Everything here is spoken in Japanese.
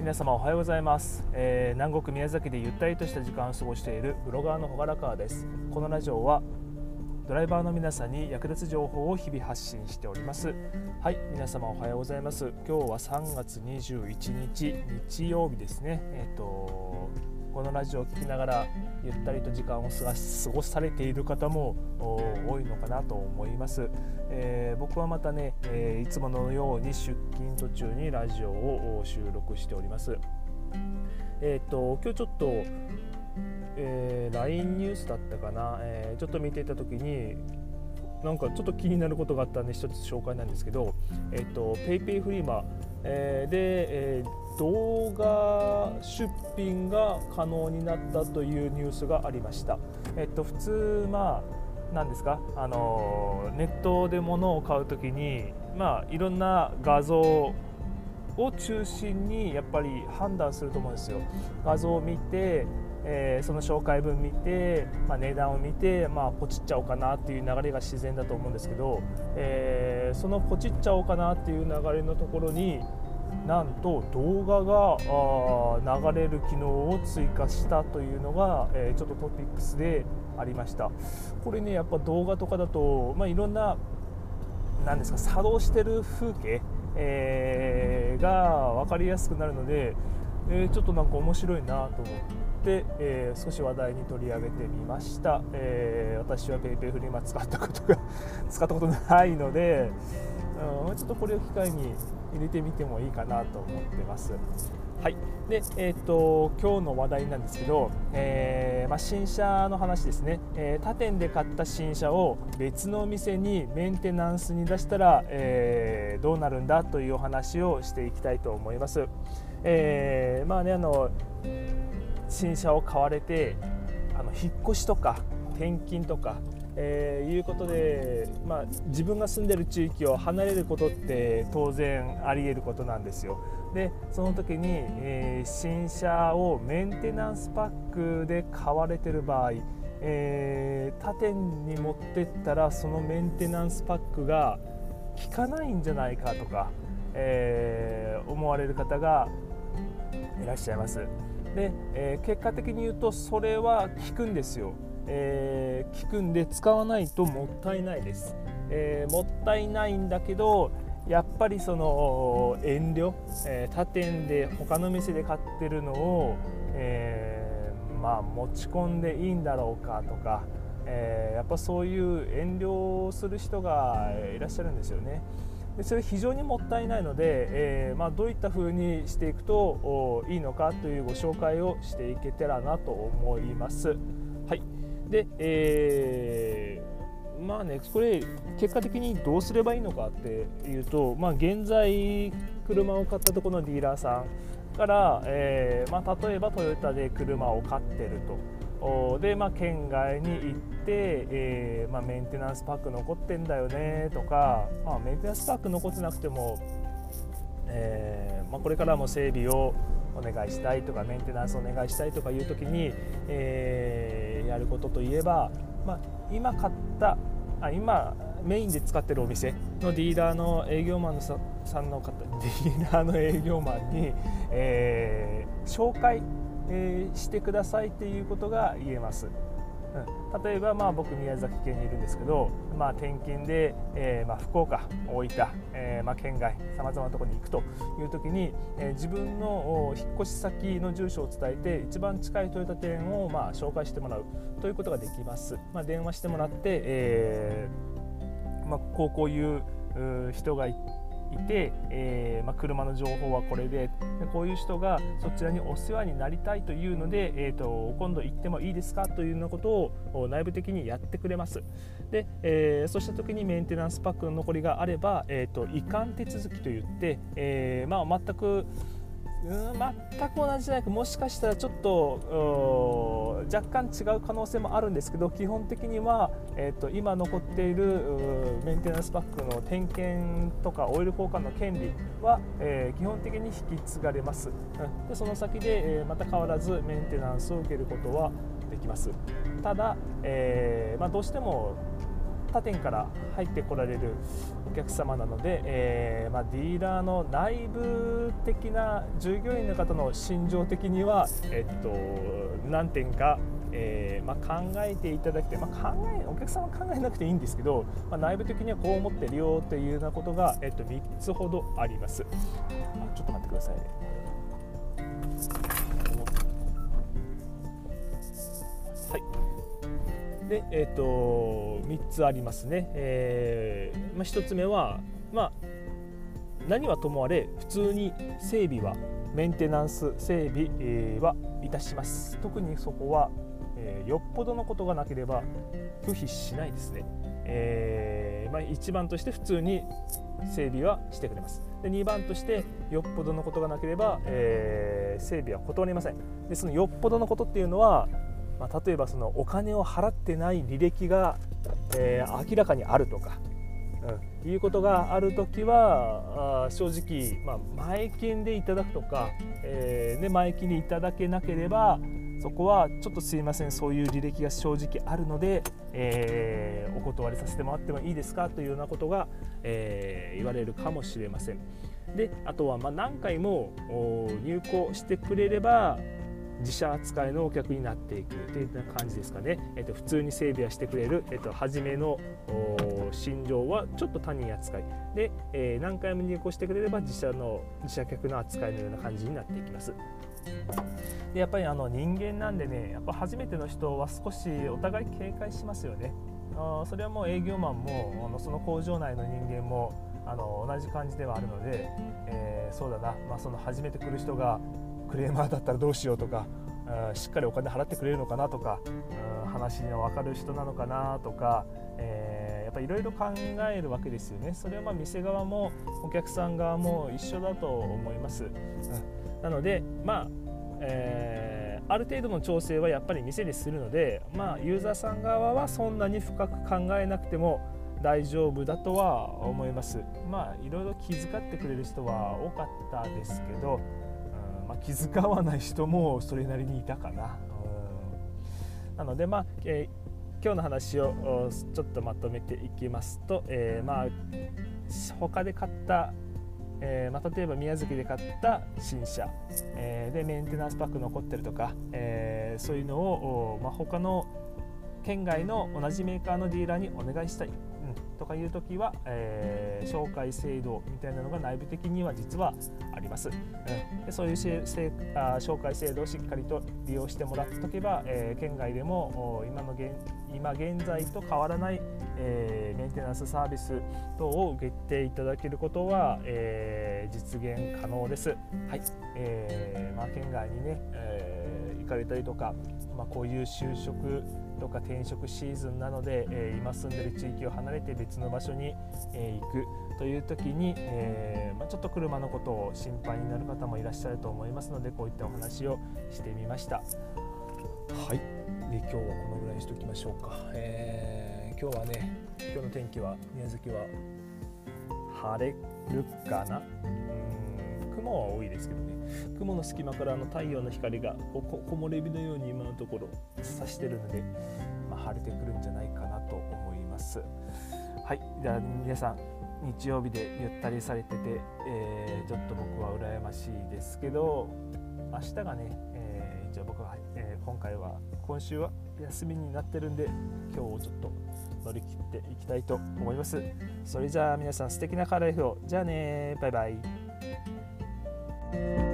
皆様おはようございます。南国宮崎でゆったりとした時間を過ごしているブロガーのほがらかわです。このラジオはドライバーの皆さんに役立つ情報を日々発信しております。はい、皆様おはようございます。今日は3月21日日曜日ですね。このラジオを聞きながらゆったりと時間を過ごされている方も多いのかなと思います。僕はまたね、いつものように出勤途中にラジオを収録しております。今日ちょっと、LINE ニュースだったかな、ちょっと見ていた時になんかちょっと気になることがあったんで一つ紹介なんですけど、PayPay フリマ、で、動画出品が可能になったというニュースがありました。普通なんですか、ネットで物を買うときに、いろんな画像を中心にやっぱり判断すると思うんですよ。画像を見て、その紹介文見て、値段を見て、ポチっちゃおうかなっていう流れが自然だと思うんですけど、そのポチっちゃおうかなっていう流れのところになんと動画が流れる機能を追加したというのが、ちょっとトピックスでありました。これね、やっぱ動画とかだと、いろんなですか、作動してる風景、が分かりやすくなるので、ちょっとなんか面白いなと思って、少し話題に取り上げてみました。私は PayPay フリマ使ったことないので、ちょっとこれを機会に入れてみてもいいかなと思ってます。はい。で、今日の話題なんですけど、新車の話ですね。他店で買った新車を別の店にメンテナンスに出したら、どうなるんだというお話をしていきたいと思います。新車を買われて引っ越しとか転勤とかいうことで、自分が住んでる地域を離れることって当然あり得ることなんですよ。でその時に、新車をメンテナンスパックで買われてる場合、他店に持ってったらそのメンテナンスパックが効かないんじゃないかとか、思われる方がいらっしゃいます。で、結果的に言うとそれは効くんですよ。効くんで使わないともったいないです。もったいないんだけどやっぱりその遠慮、他店で他の店で買ってるのを、持ち込んでいいんだろうかとか、やっぱそういう遠慮をする人がいらっしゃるんですよね。でそれ非常にもったいないので、どういった風にしていくといいのかというご紹介をしていけたらなと思います。はい。で、これ結果的にどうすればいいのかっていうと、現在車を買ったところのディーラーさんから、例えばトヨタで車を買ってると。で、県外に行って、メンテナンスパック残ってんだよねとか、メンテナンスパック残ってなくても、これからも整備をお願いしたいとかメンテナンスお願いしたいとかいう時に、やることといえば、今メインで使ってるお店のディーラーの営業マンさんの方、ディーラーの営業マンに、紹介してくださいっていうことが言えます。例えば、僕宮崎県にいるんですけど、転勤で、福岡、大分、県外さまざまなところに行くという時に、自分の引っ越し先の住所を伝えて一番近いトヨタ店を紹介してもらうということができます。電話してもらって、こういう人がいて、車の情報はこれで、こういう人がそちらにお世話になりたいというので、今度行ってもいいですかというようなことを内部的にやってくれます。で、そうした時にメンテナンスパックの残りがあれば、移管手続きといって、全く同じじゃなく、もしかしたらちょっと若干違う可能性もあるんですけど、基本的には、今残っているメンテナンスパックの点検とかオイル交換の権利は、基本的に引き継がれます。でその先で、また変わらずメンテナンスを受けることはできます。ただ、どうしても他店から入ってこられるお客様なので、ディーラーの内部的な従業員の方の心情的には、何点か、考えていただきたい、お客様は考えなくていいんですけど、内部的にはこう思ってるよというようなことが、3つほどあります。ちょっと待ってくださいね。はい。で、3つありますね。1つ目は、何はともあれ普通に整備はメンテナンス整備、はいたします。特にそこは、よっぽどのことがなければ拒否しないですね。1番として普通に整備はしてくれます。で2番としてよっぽどのことがなければ、整備は断りません。でそのよっぽどのことっていうのは、例えばそのお金を払ってない履歴が、明らかにあるとか、いうことがあるときは正直、前金でいただくとか、で前金でいただけなければそこはちょっとすいません、そういう履歴が正直あるので、お断りさせてもらってもいいですかというようなことが、言われるかもしれません。であとは何回も入庫してくれれば自社扱いのお客になっていくという感じですかね。普通に整備はしてくれる、初めの心情はちょっと他人扱いで、何回も入庫してくれれば自社客の扱いのような感じになっていきます。でやっぱり人間なんでね、やっぱ初めての人は少しお互い警戒しますよね。それはもう営業マンもその工場内の人間も同じ感じではあるので、そうだな、その初めて来る人がクレーマーだったらどうしようとか、しっかりお金払ってくれるのかなとか、話の分かる人なのかなとか、やっぱりいろいろ考えるわけですよね。それは店側もお客さん側も一緒だと思います。なのである程度の調整はやっぱり店でするので、ユーザーさん側はそんなに深く考えなくても大丈夫だとは思います。いろいろ気遣ってくれる人は多かったですけど、気遣わない人もそれなりにいたかな。なので、今日の話をちょっとまとめていきますと、他で買った、例えば宮崎で買った新車、でメンテナンスパック残ってるとか、そういうのを、他の県外の同じメーカーのディーラーにお願いしたい、とかいうときは、紹介制度みたいなのが内部的には実はあります。でそういう紹介制度をしっかりと利用してもらっておけば、県外でも今現在と変わらない、メンテナンスサービス等を受けていただけることは、実現可能です。はい。県外にね、行かれたりとか、こういう就職とか転職シーズンなので、今住んでる地域を離れて別の場所に、行くという時に、ちょっと車のことを心配になる方もいらっしゃると思いますので、こういったお話をしてみました。はい。で今日はこのぐらいにしておきましょうか。今日はね、今日の天気は宮崎は晴れるかな。雲は多いですけどね、雲の隙間から太陽の光が木漏れ日のように今のところ差してるので、晴れてくるんじゃないかなと思います。はい。では皆さん日曜日でゆったりされてて、ちょっと僕は羨ましいですけど、明日がね、一応僕は、今週は休みになってるんで、今日をちょっと乗り切っていきたいと思います。それじゃあ皆さん素敵なカーライフを。じゃあね、バイバイ。